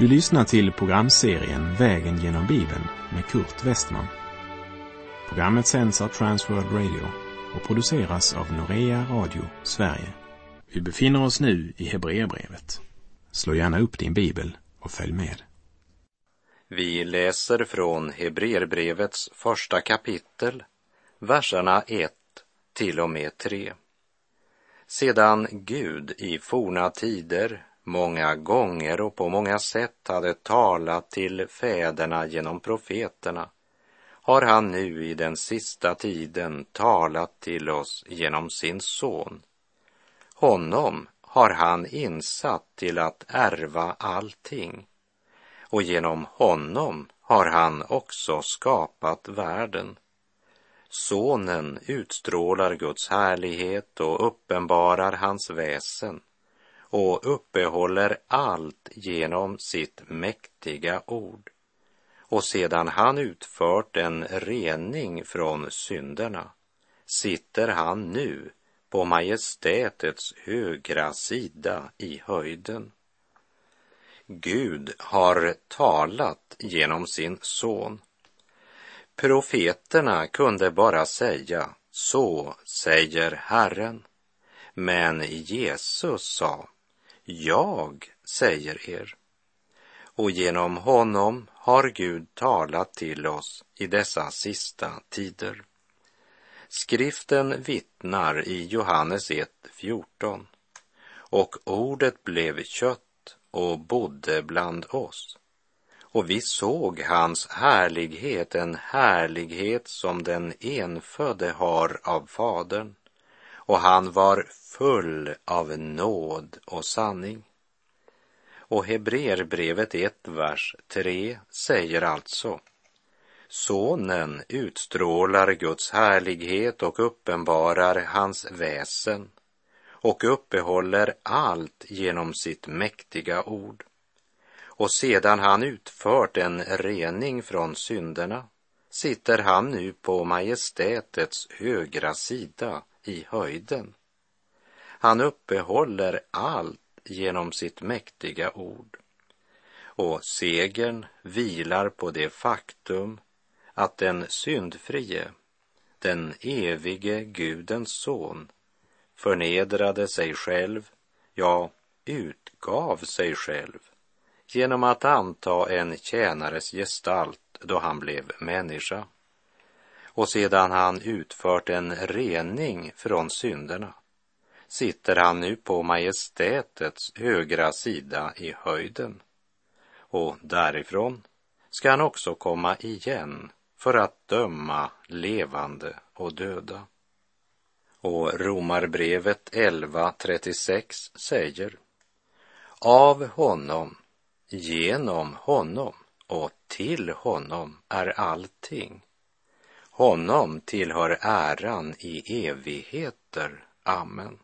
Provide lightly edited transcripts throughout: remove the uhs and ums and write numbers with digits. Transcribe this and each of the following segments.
Du lyssnar till programserien Vägen genom Bibeln med Kurt Westman. Programmet sänds av Transworld Radio och produceras av Norea Radio Sverige. Vi befinner oss nu i Hebreerbrevet. Slå gärna upp din bibel och följ med. Vi läser från Hebreerbrevets första kapitel, verserna 1 till och med 3. Sedan Gud i forna tider många gånger och på många sätt hade talat till fäderna genom profeterna, har han nu i den sista tiden talat till oss genom sin son. Honom har han insatt till att ärva allting, och genom honom har han också skapat världen. Sonen utstrålar Guds härlighet och uppenbarar hans väsen och uppehåller allt genom sitt mäktiga ord. Och sedan han utfört en rening från synderna sitter han nu på majestätets högra sida i höjden. Gud har talat genom sin son. Profeterna kunde bara säga, så säger Herren. Men Jesus sa, jag säger er. Och genom honom har Gud talat till oss i dessa sista tider. Skriften vittnar i Johannes 1:14. Och ordet blev kött och bodde bland oss. Och vi såg hans härlighet, en härlighet som den enfödde har av Fadern. Och han var full av nåd och sanning. Och Hebreerbrevet 1, vers 3 säger alltså, sonen utstrålar Guds härlighet och uppenbarar hans väsen och uppehåller allt genom sitt mäktiga ord. Och sedan han utfört en rening från synderna sitter han nu på majestätets högra sida i höjden. Han uppehåller allt genom sitt mäktiga ord. Och segern vilar på det faktum att den syndfrie, den evige Gudens son, förnedrade sig själv, ja, utgav sig själv, genom att anta en tjänares gestalt då han blev människa. Och sedan han utfört en rening från synderna sitter han nu på majestätets högra sida i höjden. Och därifrån ska han också komma igen för att döma levande och döda. Och Romarbrevet 11:36 säger, av honom, genom honom och till honom är allting. Honom tillhör äran i evigheter. Amen.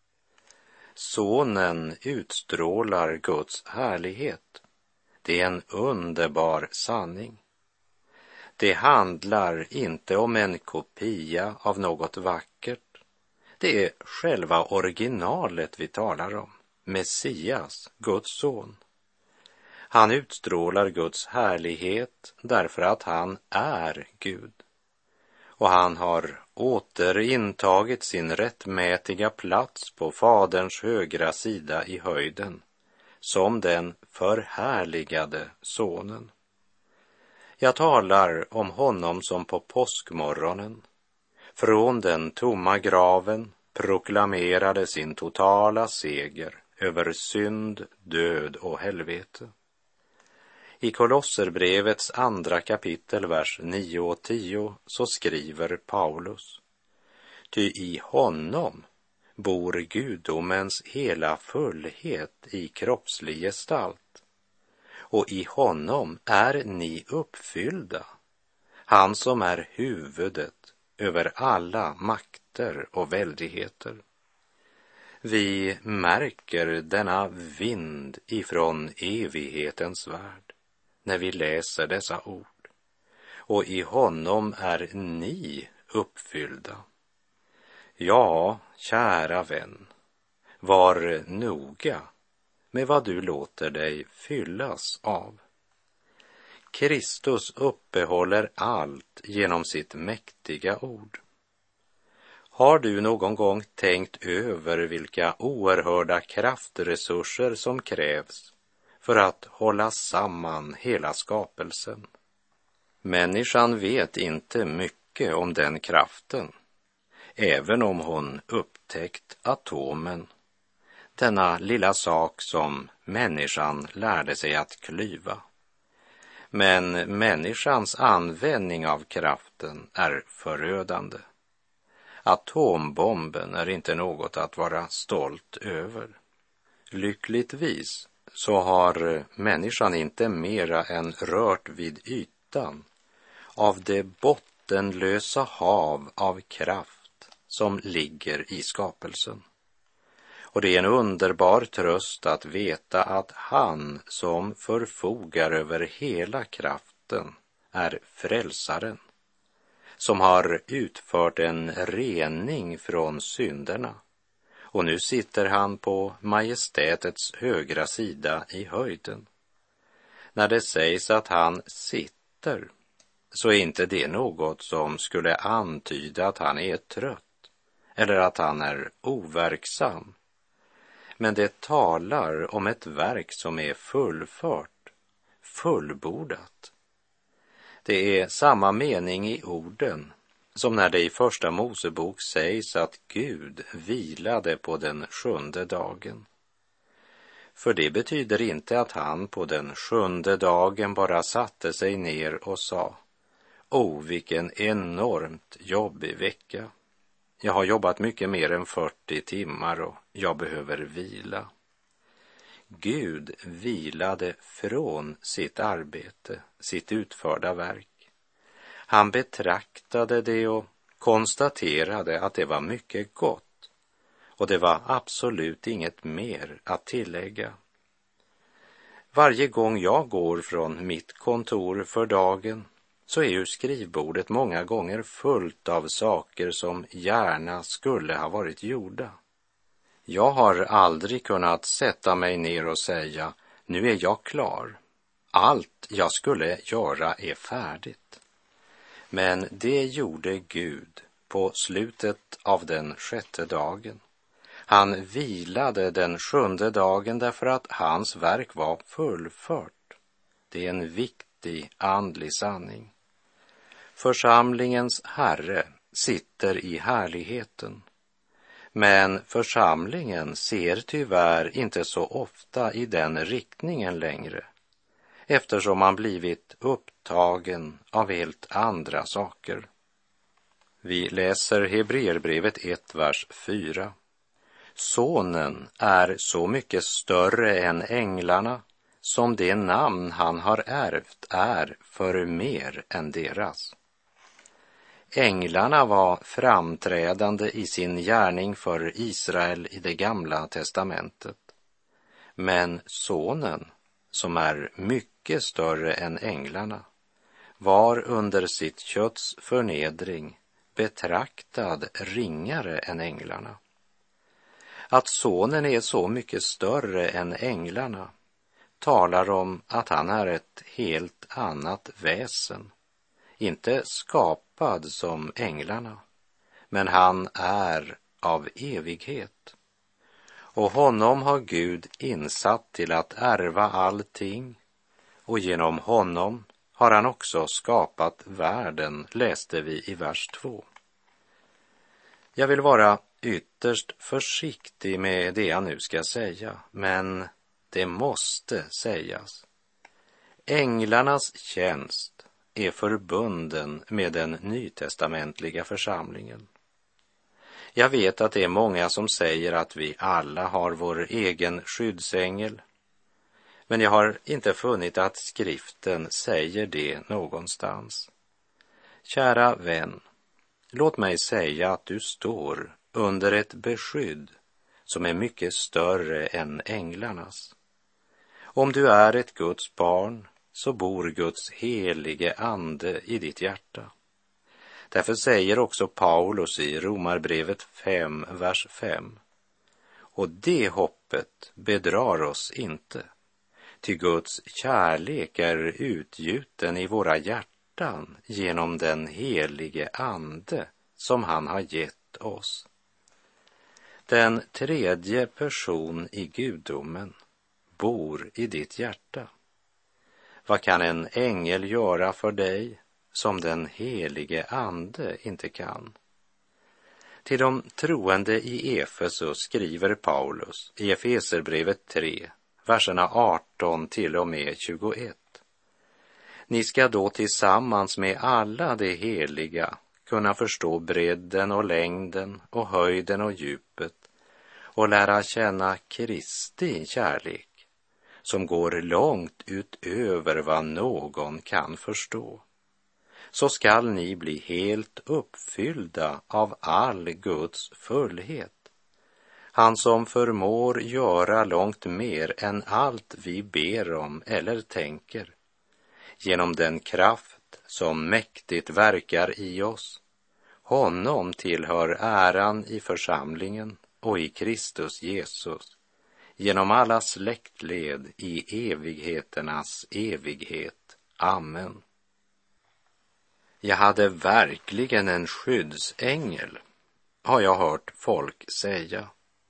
Sonen utstrålar Guds härlighet. Det är en underbar sanning. Det handlar inte om en kopia av något vackert. Det är själva originalet vi talar om. Messias, Guds son. Han utstrålar Guds härlighet därför att han är Gud. Och han har återintagit sin rättmätiga plats på Faderns högra sida i höjden, som den förhärligade sonen. Jag talar om honom som på påskmorgonen, från den tomma graven, proklamerade sin totala seger över synd, död och helvete. I Kolosserbrevets andra kapitel, vers 9 och 10, så skriver Paulus, ty i honom bor gudomens hela fullhet i kroppslig gestalt, och i honom är ni uppfyllda, han som är huvudet över alla makter och väldigheter. Vi märker denna vind ifrån evighetens värld när vi läser dessa ord. Och i honom är ni uppfyllda. Ja, kära vän, var noga med vad du låter dig fyllas av. Kristus uppehåller allt genom sitt mäktiga ord. Har du någon gång tänkt över vilka oerhörda kraftresurser som krävs för att hålla samman hela skapelsen? Människan vet inte mycket om den kraften, även om hon upptäckt atomen, denna lilla sak som människan lärde sig att klyva. Men människans användning av kraften är förödande. Atombomben är inte något att vara stolt över. Lyckligtvis så har människan inte mera än rört vid ytan av det bottenlösa hav av kraft som ligger i skapelsen. Och det är en underbar tröst att veta att han som förfogar över hela kraften är frälsaren, som har utfört en rening från synderna. Och nu sitter han på majestätets högra sida i höjden. När det sägs att han sitter, så är inte det något som skulle antyda att han är trött eller att han är overksam. Men det talar om ett verk som är fullfört, fullbordat. Det är samma mening i orden som när det i första Mosebok sägs att Gud vilade på den 7:e dagen. För det betyder inte att han på den 7:e dagen bara satte sig ner och sa: vilken enormt jobbig vecka. Jag har jobbat mycket mer än 40 timmar och jag behöver vila. Gud vilade från sitt arbete, sitt utförda verk. Han betraktade det och konstaterade att det var mycket gott, och det var absolut inget mer att tillägga. Varje gång jag går från mitt kontor för dagen så är ju skrivbordet många gånger fullt av saker som gärna skulle ha varit gjorda. Jag har aldrig kunnat sätta mig ner och säga: nu är jag klar. Allt jag skulle göra är färdigt. Men det gjorde Gud på slutet av den 6:e dagen. Han vilade den 7:e dagen därför att hans verk var fullfört. Det är en viktig andlig sanning. Församlingens Herre sitter i härligheten. Men församlingen ser tyvärr inte så ofta i den riktningen längre, eftersom man blivit upptagen av helt andra saker. Vi läser Hebreerbrevet 1, vers 4. Sonen är så mycket större än änglarna, som det namn han har ärvt är för mer än deras. Änglarna var framträdande i sin gärning för Israel i det gamla testamentet. Men sonen, som är mycket större än änglarna, var under sitt kötts förnedring betraktad ringare än änglarna. Att sonen är så mycket större än änglarna talar om att han är ett helt annat väsen, inte skapad som änglarna, men han är av evighet. Och honom har Gud insatt till att ärva allting, och genom honom har han också skapat världen, läste vi i vers 2. Jag vill vara ytterst försiktig med det jag nu ska säga, men det måste sägas. Änglarnas tjänst är förbunden med den nytestamentliga församlingen. Jag vet att det är många som säger att vi alla har vår egen skyddsängel, men jag har inte funnit att skriften säger det någonstans. Kära vän, låt mig säga att du står under ett beskydd som är mycket större än änglarnas. Om du är ett Guds barn så bor Guds helige ande i ditt hjärta. Därför säger också Paulus i Romarbrevet 5, vers 5: Och det hoppet bedrar oss inte, ty Guds kärlek är utgjuten i våra hjärtan genom den helige Ande som han har gett oss. Den tredje person i gudomen bor i ditt hjärta. Vad kan en ängel göra för dig som den helige Ande inte kan? Till de troende i Efesus skriver Paulus i Efeserbrevet 3, verserna 18 till och med 21. Ni ska då tillsammans med alla de heliga kunna förstå bredden och längden och höjden och djupet och lära känna Kristi kärlek som går långt utöver vad någon kan förstå. Så skall ni bli helt uppfyllda av all Guds fullhet. Han som förmår göra långt mer än allt vi ber om eller tänker, genom den kraft som mäktigt verkar i oss. Honom tillhör äran i församlingen och i Kristus Jesus, genom alla släktled i evigheternas evighet. Amen. Jag hade verkligen en skyddsängel, har jag hört folk säga.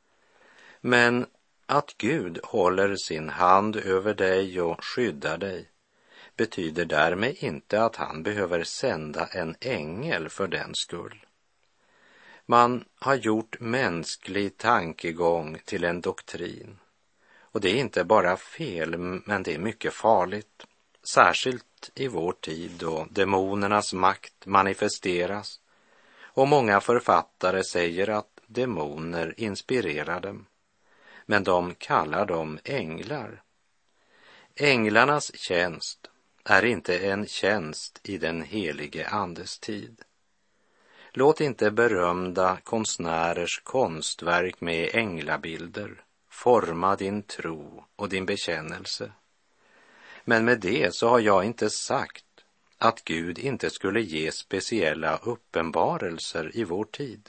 Men att Gud håller sin hand över dig och skyddar dig betyder därmed inte att han behöver sända en ängel för den skull. Man har gjort mänsklig tankegång till en doktrin. Och det är inte bara fel, men det är mycket farligt. Särskilt i vår tid då demonernas makt manifesteras. Och många författare säger att demoner inspirerar dem. Men de kallar dem änglar. Änglarnas tjänst är inte en tjänst i den helige Andes tid. Låt inte berömda konstnärers konstverk med änglabilder forma din tro och din bekännelse. Men med det så har jag inte sagt att Gud inte skulle ge speciella uppenbarelser i vår tid.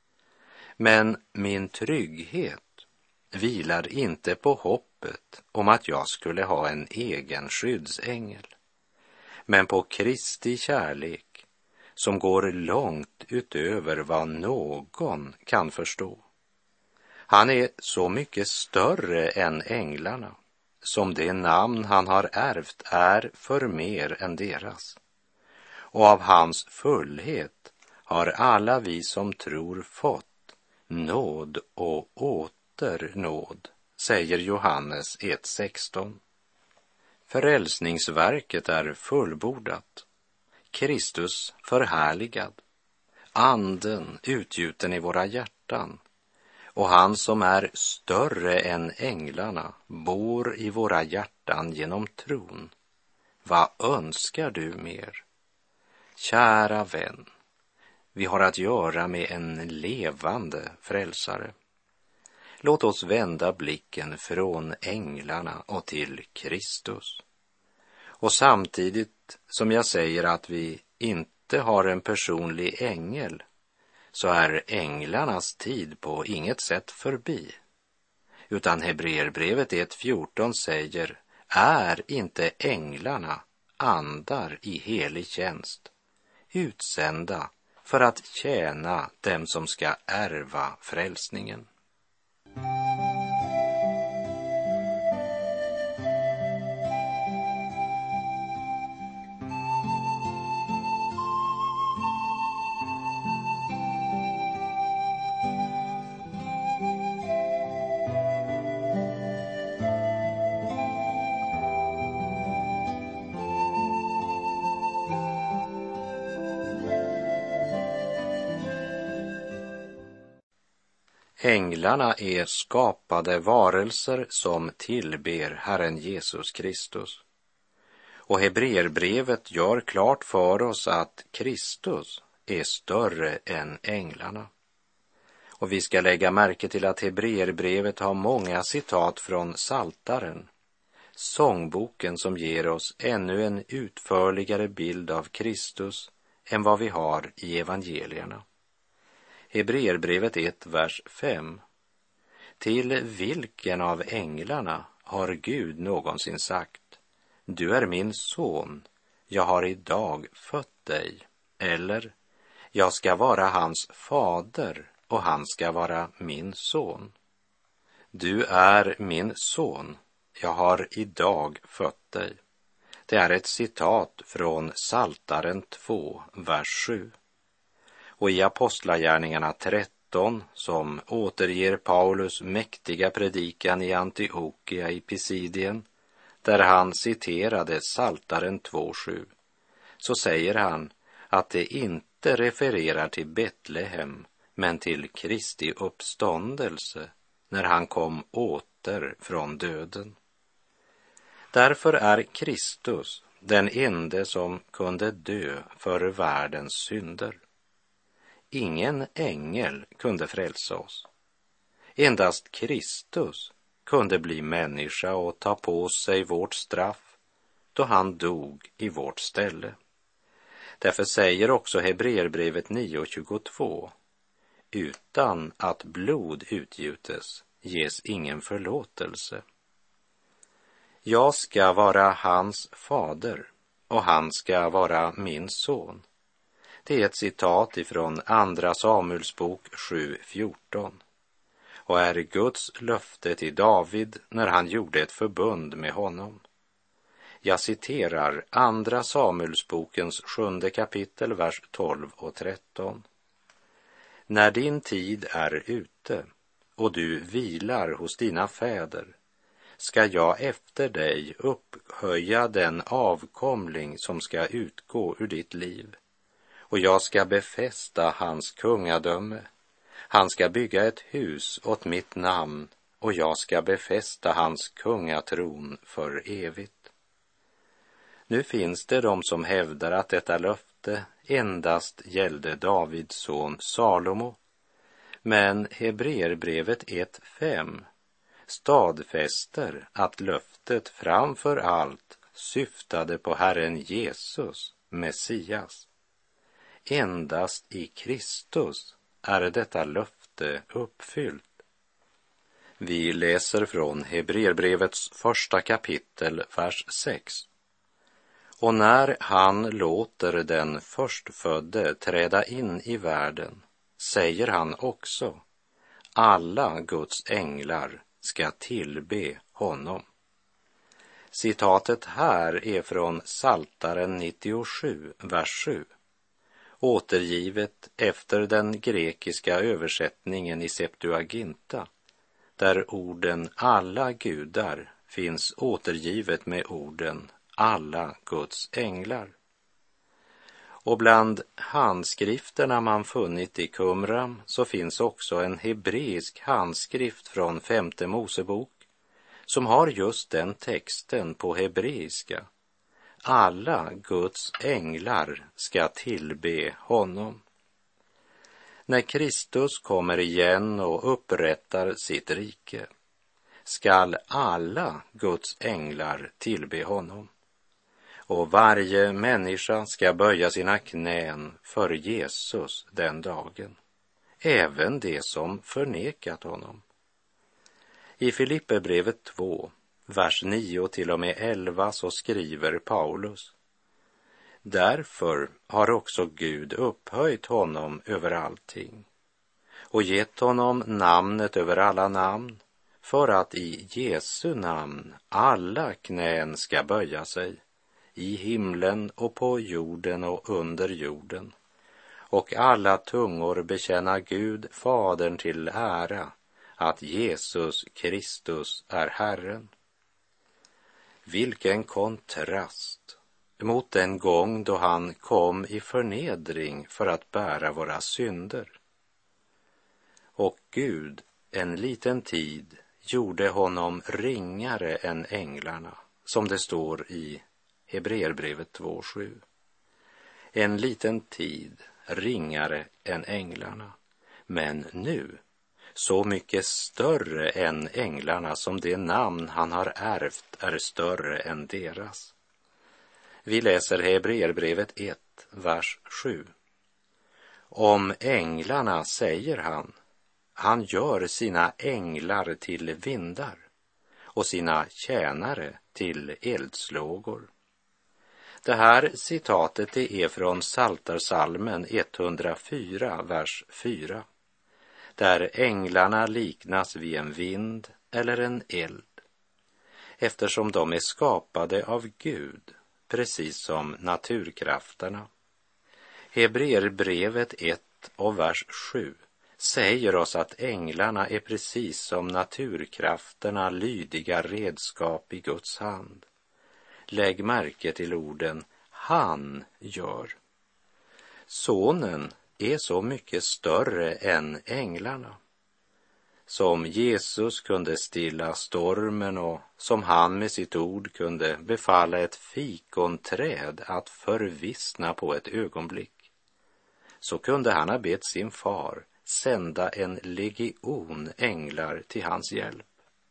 Men min trygghet vilar inte på hoppet om att jag skulle ha en egen skyddsängel, men på Kristi kärlek som går långt utöver vad någon kan förstå. Han är så mycket större än änglarna, som det namn han har ärvt är för mer än deras. Och av hans fullhet har alla vi som tror fått nåd och åter nåd, säger Johannes 1:16. Frälsningsverket är fullbordat, Kristus förhärligad, anden utgjuten i våra hjärtan, och han som är större än änglarna bor i våra hjärtan genom tron. Vad önskar du mer? Kära vän, vi har att göra med en levande frälsare. Låt oss vända blicken från änglarna och till Kristus. Och samtidigt som jag säger att vi inte har en personlig ängel, så är änglarnas tid på inget sätt förbi. Utan Hebreerbrevet 1:14 säger, är inte änglarna andar i helig tjänst, utsända för att tjäna dem som ska ärva frälsningen. Änglarna är skapade varelser som tillber Herren Jesus Kristus. Och Hebreerbrevet gör klart för oss att Kristus är större än änglarna. Och vi ska lägga märke till att Hebreerbrevet har många citat från Psaltaren, sångboken som ger oss ännu en utförligare bild av Kristus än vad vi har i evangelierna. Hebreerbrevet 1, vers 5. Till vilken av änglarna har Gud någonsin sagt: du är min son, jag har idag fött dig? Eller, jag ska vara hans fader och han ska vara min son. Du är min son, jag har idag fött dig. Det är ett citat från Psaltaren 2, vers 7. Och i Apostlagärningarna 13, som återger Paulus mäktiga predikan i Antiochia i Pisidien, där han citerade Psaltaren 2:7, så säger han att det inte refererar till Betlehem, men till Kristi uppståndelse när han kom åter från döden. Därför är Kristus den ende som kunde dö för världens synder. Ingen ängel kunde frälsa oss. Endast Kristus kunde bli människa och ta på sig vårt straff då han dog i vårt ställe. Därför säger också Hebreerbrevet 9:22: utan att blod utgjutes ges ingen förlåtelse. Jag ska vara hans fader och han ska vara min son. Det är ett citat ifrån Andra Samuels bok 7:14 och är Guds löfte till David när han gjorde ett förbund med honom. Jag citerar Andra Samuelsbokens 7:e kapitel, vers 12 och 13. När din tid är ute och du vilar hos dina fäder, ska jag efter dig upphöja den avkomling som ska utgå ur ditt liv, och jag ska befästa hans kungadöme. Han ska bygga ett hus åt mitt namn, och jag ska befästa hans kungatron för evigt. Nu finns det de som hävdar att detta löfte endast gällde Davids son Salomo, men Hebreerbrevet 1:5 stadfäster att löftet framför allt syftade på Herren Jesus, Messias. Endast i Kristus är detta löfte uppfyllt. Vi läser från Hebreerbrevets 1:a kapitel, vers 6. Och när han låter den förstfödde träda in i världen, säger han också: alla Guds änglar ska tillbe honom. Citatet här är från Psaltaren 97, vers 7, återgivet efter den grekiska översättningen i Septuaginta, där orden alla gudar finns återgivet med orden alla Guds änglar. Och bland handskrifterna man funnit i Qumran så finns också en hebreisk handskrift från 5:e Mosebok som har just den texten på hebreiska: alla Guds änglar ska tillbe honom. När Kristus kommer igen och upprättar sitt rike, skall alla Guds änglar tillbe honom. Och varje människa ska böja sina knän för Jesus den dagen, även de som förnekat honom. I Filipperbrevet 2, vers 9 till och med 11 så skriver Paulus: därför har också Gud upphöjt honom över allting och gett honom namnet över alla namn, för att i Jesu namn alla knän ska böja sig, i himlen och på jorden och under jorden, och alla tungor bekänna Gud Fadern till ära, att Jesus Kristus är Herren. Vilken kontrast mot den gång då han kom i förnedring för att bära våra synder. Och Gud en liten tid gjorde honom ringare än änglarna, som det står i Hebreerbrevet 2:7. En liten tid ringare än änglarna, men nu så mycket större än änglarna, som det namn han har ärvt är större än deras. Vi läser Hebreerbrevet 1, vers 7. Om änglarna säger han han gör sina änglar till vindar och sina tjänare till eldslågor. Det här citatet är från Psaltarpsalmen 104, vers 4, där änglarna liknas vid en vind eller en eld, eftersom de är skapade av Gud, precis som naturkrafterna. Hebreerbrevet 1 och vers 7 säger oss att änglarna är precis som naturkrafterna lydiga redskap i Guds hand. Lägg märke till orden han gör. Sonen är så mycket större än änglarna. Som Jesus kunde stilla stormen och som han med sitt ord kunde befalla ett fikonträd att förvissna på ett ögonblick, så kunde han ha bett sin far sända en legion änglar till hans hjälp.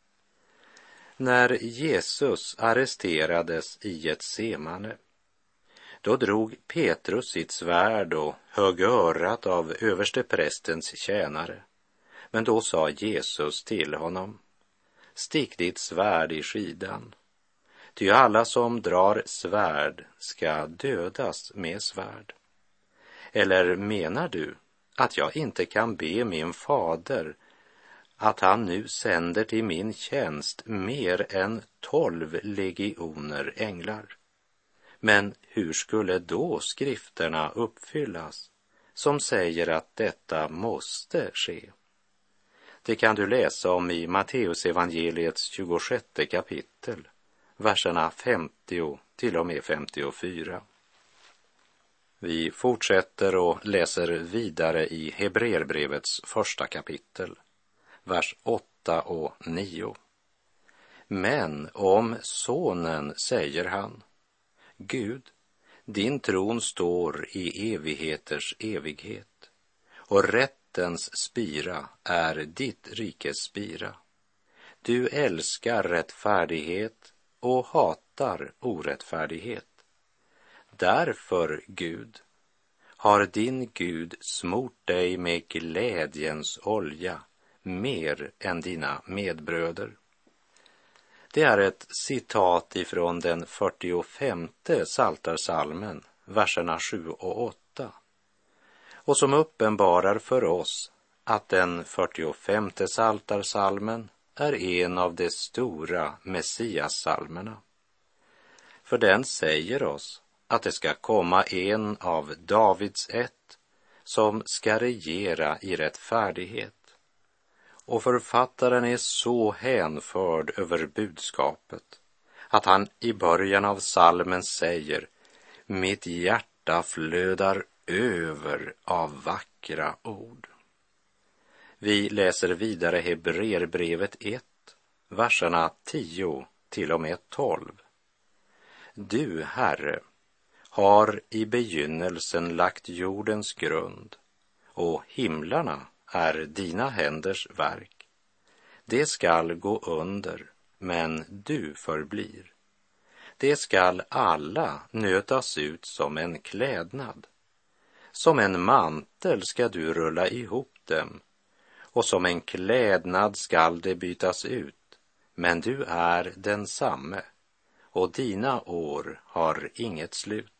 När Jesus arresterades i Getsemane, då drog Petrus sitt svärd och högg örat av översteprästens tjänare. Men då sa Jesus till honom: stick ditt svärd i skidan, ty alla som drar svärd ska dödas med svärd. Eller menar du att jag inte kan be min fader att han nu sänder till min tjänst mer än 12 legioner änglar? Men hur skulle då skrifterna uppfyllas som säger att detta måste ske? Det kan du läsa om i Matteus evangeliets 26 kapitel, verserna 50 till och med 54. Vi fortsätter och läser vidare i Hebreerbrevets första kapitel, vers 8 och 9. Men om sonen säger han: Gud, din tron står i evigheters evighet, och rättens spira är ditt rikes spira. Du älskar rättfärdighet och hatar orättfärdighet. Därför, Gud, har din Gud smort dig med glädjens olja mer än dina medbröder. Det är ett citat ifrån den 45:e Psaltarpsalmen, verserna 7 och 8, och som uppenbarar för oss att den 45:e Psaltarpsalmen är en av de stora Messias-psalmerna. För den säger oss att det ska komma en av Davids ett som ska regera i rättfärdighet. Och författaren är så hänförd över budskapet att han i början av psalmen säger: mitt hjärta flödar över av vackra ord. Vi läser vidare Hebreerbrevet 1, verserna 10 till och med 12. Du, Herre, har i begynnelsen lagt jordens grund, och himlarna är dina händers verk. Det skall gå under, men du förblir. Det skall alla nötas ut som en klädnad. Som en mantel ska du rulla ihop dem, och som en klädnad skall det bytas ut, men du är densamme, och dina år har inget slut.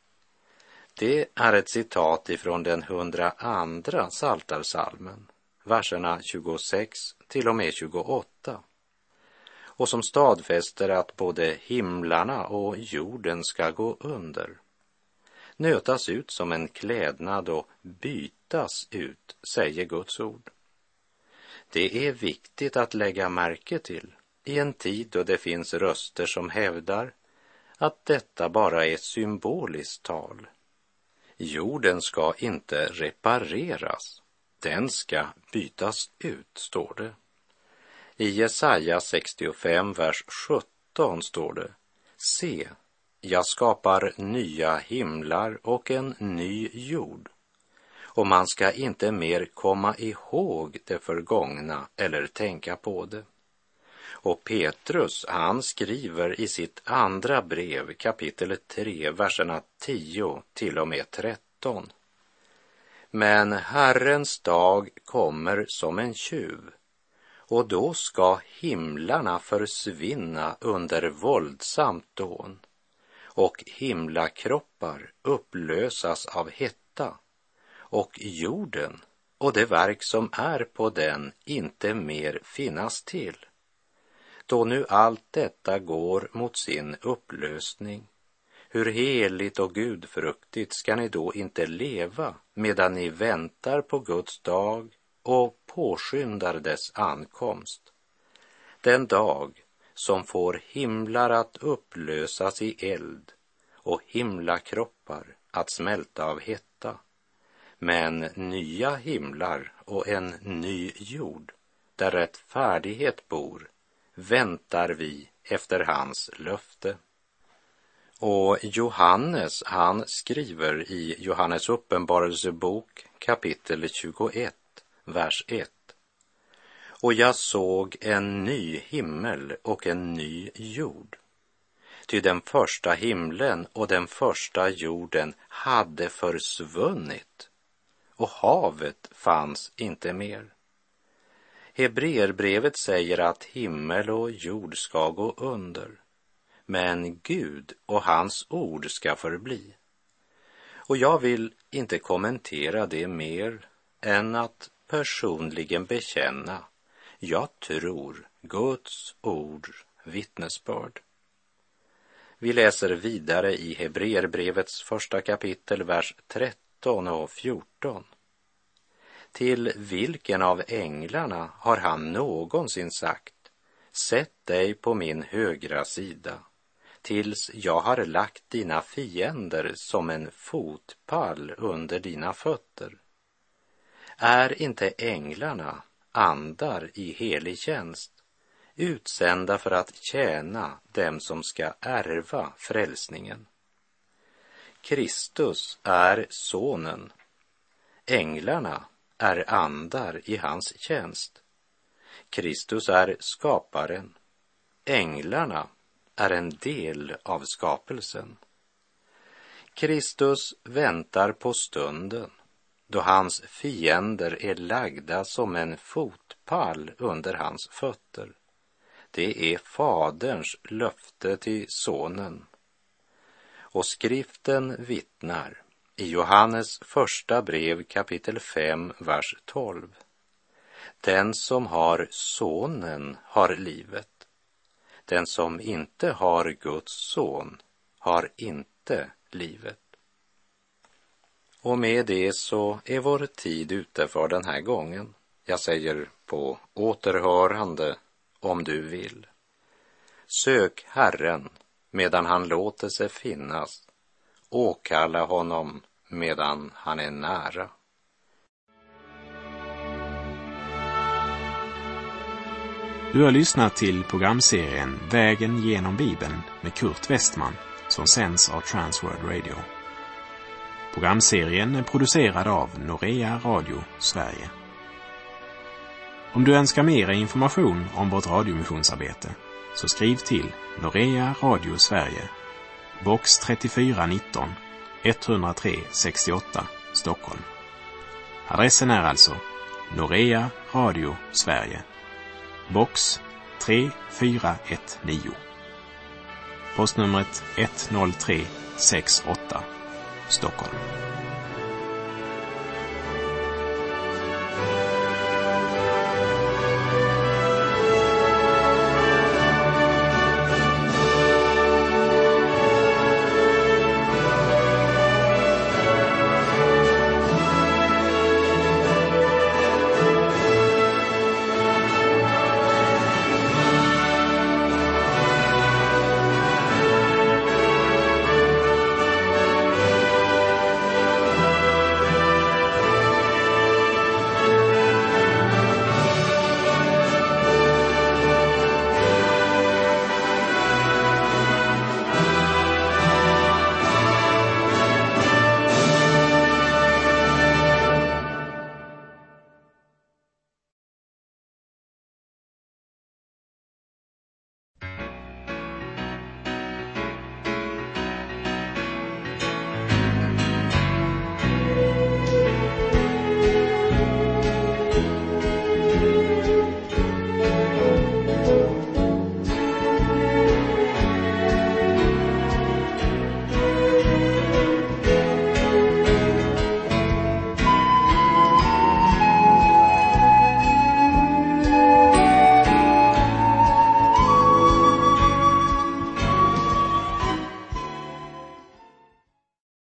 Det är ett citat ifrån den 102:a Psaltarpsalmen, verserna 26 till och med 28, och som stadfäster att både himlarna och jorden ska gå under, nötas ut som en klädnad och bytas ut, säger Guds ord. Det är viktigt att lägga märke till i en tid då det finns röster som hävdar att detta bara är symboliskt tal. Jorden ska inte repareras, den ska bytas ut, står det. I Jesaja 65, vers 17 står det: se, jag skapar nya himlar och en ny jord, och man ska inte mer komma ihåg det förgångna eller tänka på det. Och Petrus, han skriver i sitt andra brev, kapitel 3, verserna 10 till och med 13. Men Herrens dag kommer som en tjuv, och då ska himlarna försvinna under våldsamt dån och himlakroppar upplösas av hetta och jorden och det verk som är på den inte mer finnas till. Då nu allt detta går mot sin upplösning, hur heligt och gudfruktigt ska ni då inte leva medan ni väntar på Guds dag och påskyndar dess ankomst? Den dag som får himlar att upplösas i eld och himlakroppar att smälta av hetta, men nya himlar och en ny jord där rättfärdighet bor väntar vi efter hans löfte. Och Johannes, han skriver i Johannes uppenbarelsebok kapitel 21, vers 1. Och jag såg en ny himmel och en ny jord. Ty den första himlen och den första jorden hade försvunnit, och havet fanns inte mer. Hebreerbrevet säger att himmel och jord ska gå under, men Gud och hans ord ska förbli. Och jag vill inte kommentera det mer än att personligen bekänna: jag tror Guds ord vittnesbörd. Vi läser vidare i Hebreerbrevets första kapitel, vers 13 och 14. Till vilken av änglarna har han någonsin sagt: sätt dig på min högra sida, tills jag har lagt dina fiender som en fotpall under dina fötter? Är inte änglarna andar i helig tjänst, utsända för att tjäna dem som ska ärva frälsningen? Kristus är sonen. Änglarna är andar i hans tjänst. Kristus är skaparen. Änglarna är en del av skapelsen. Kristus väntar på stunden då hans fiender är lagda som en fotpall under hans fötter. Det är Faderns löfte till sonen. Och skriften vittnar i Johannes första brev kapitel 5, vers 12. Den som har sonen har livet. Den som inte har Guds son har inte livet. Och med det så är vår tid ute för den här gången. Jag säger på återhörande om du vill. Sök Herren medan han låter sig finnas. Åkalla honom medan han är nära. Du har lyssnat till programserien Vägen genom Bibeln med Kurt Westman som sänds av Transworld Radio. Programserien är producerad av Norea Radio Sverige. Om du önskar mer information om vårt radiomissionsarbete så skriv till Norea Radio Sverige, box 3419 103 68 Stockholm. Adressen är alltså Norea Radio Sverige, box 3419. Postnumret 10368 Stockholm.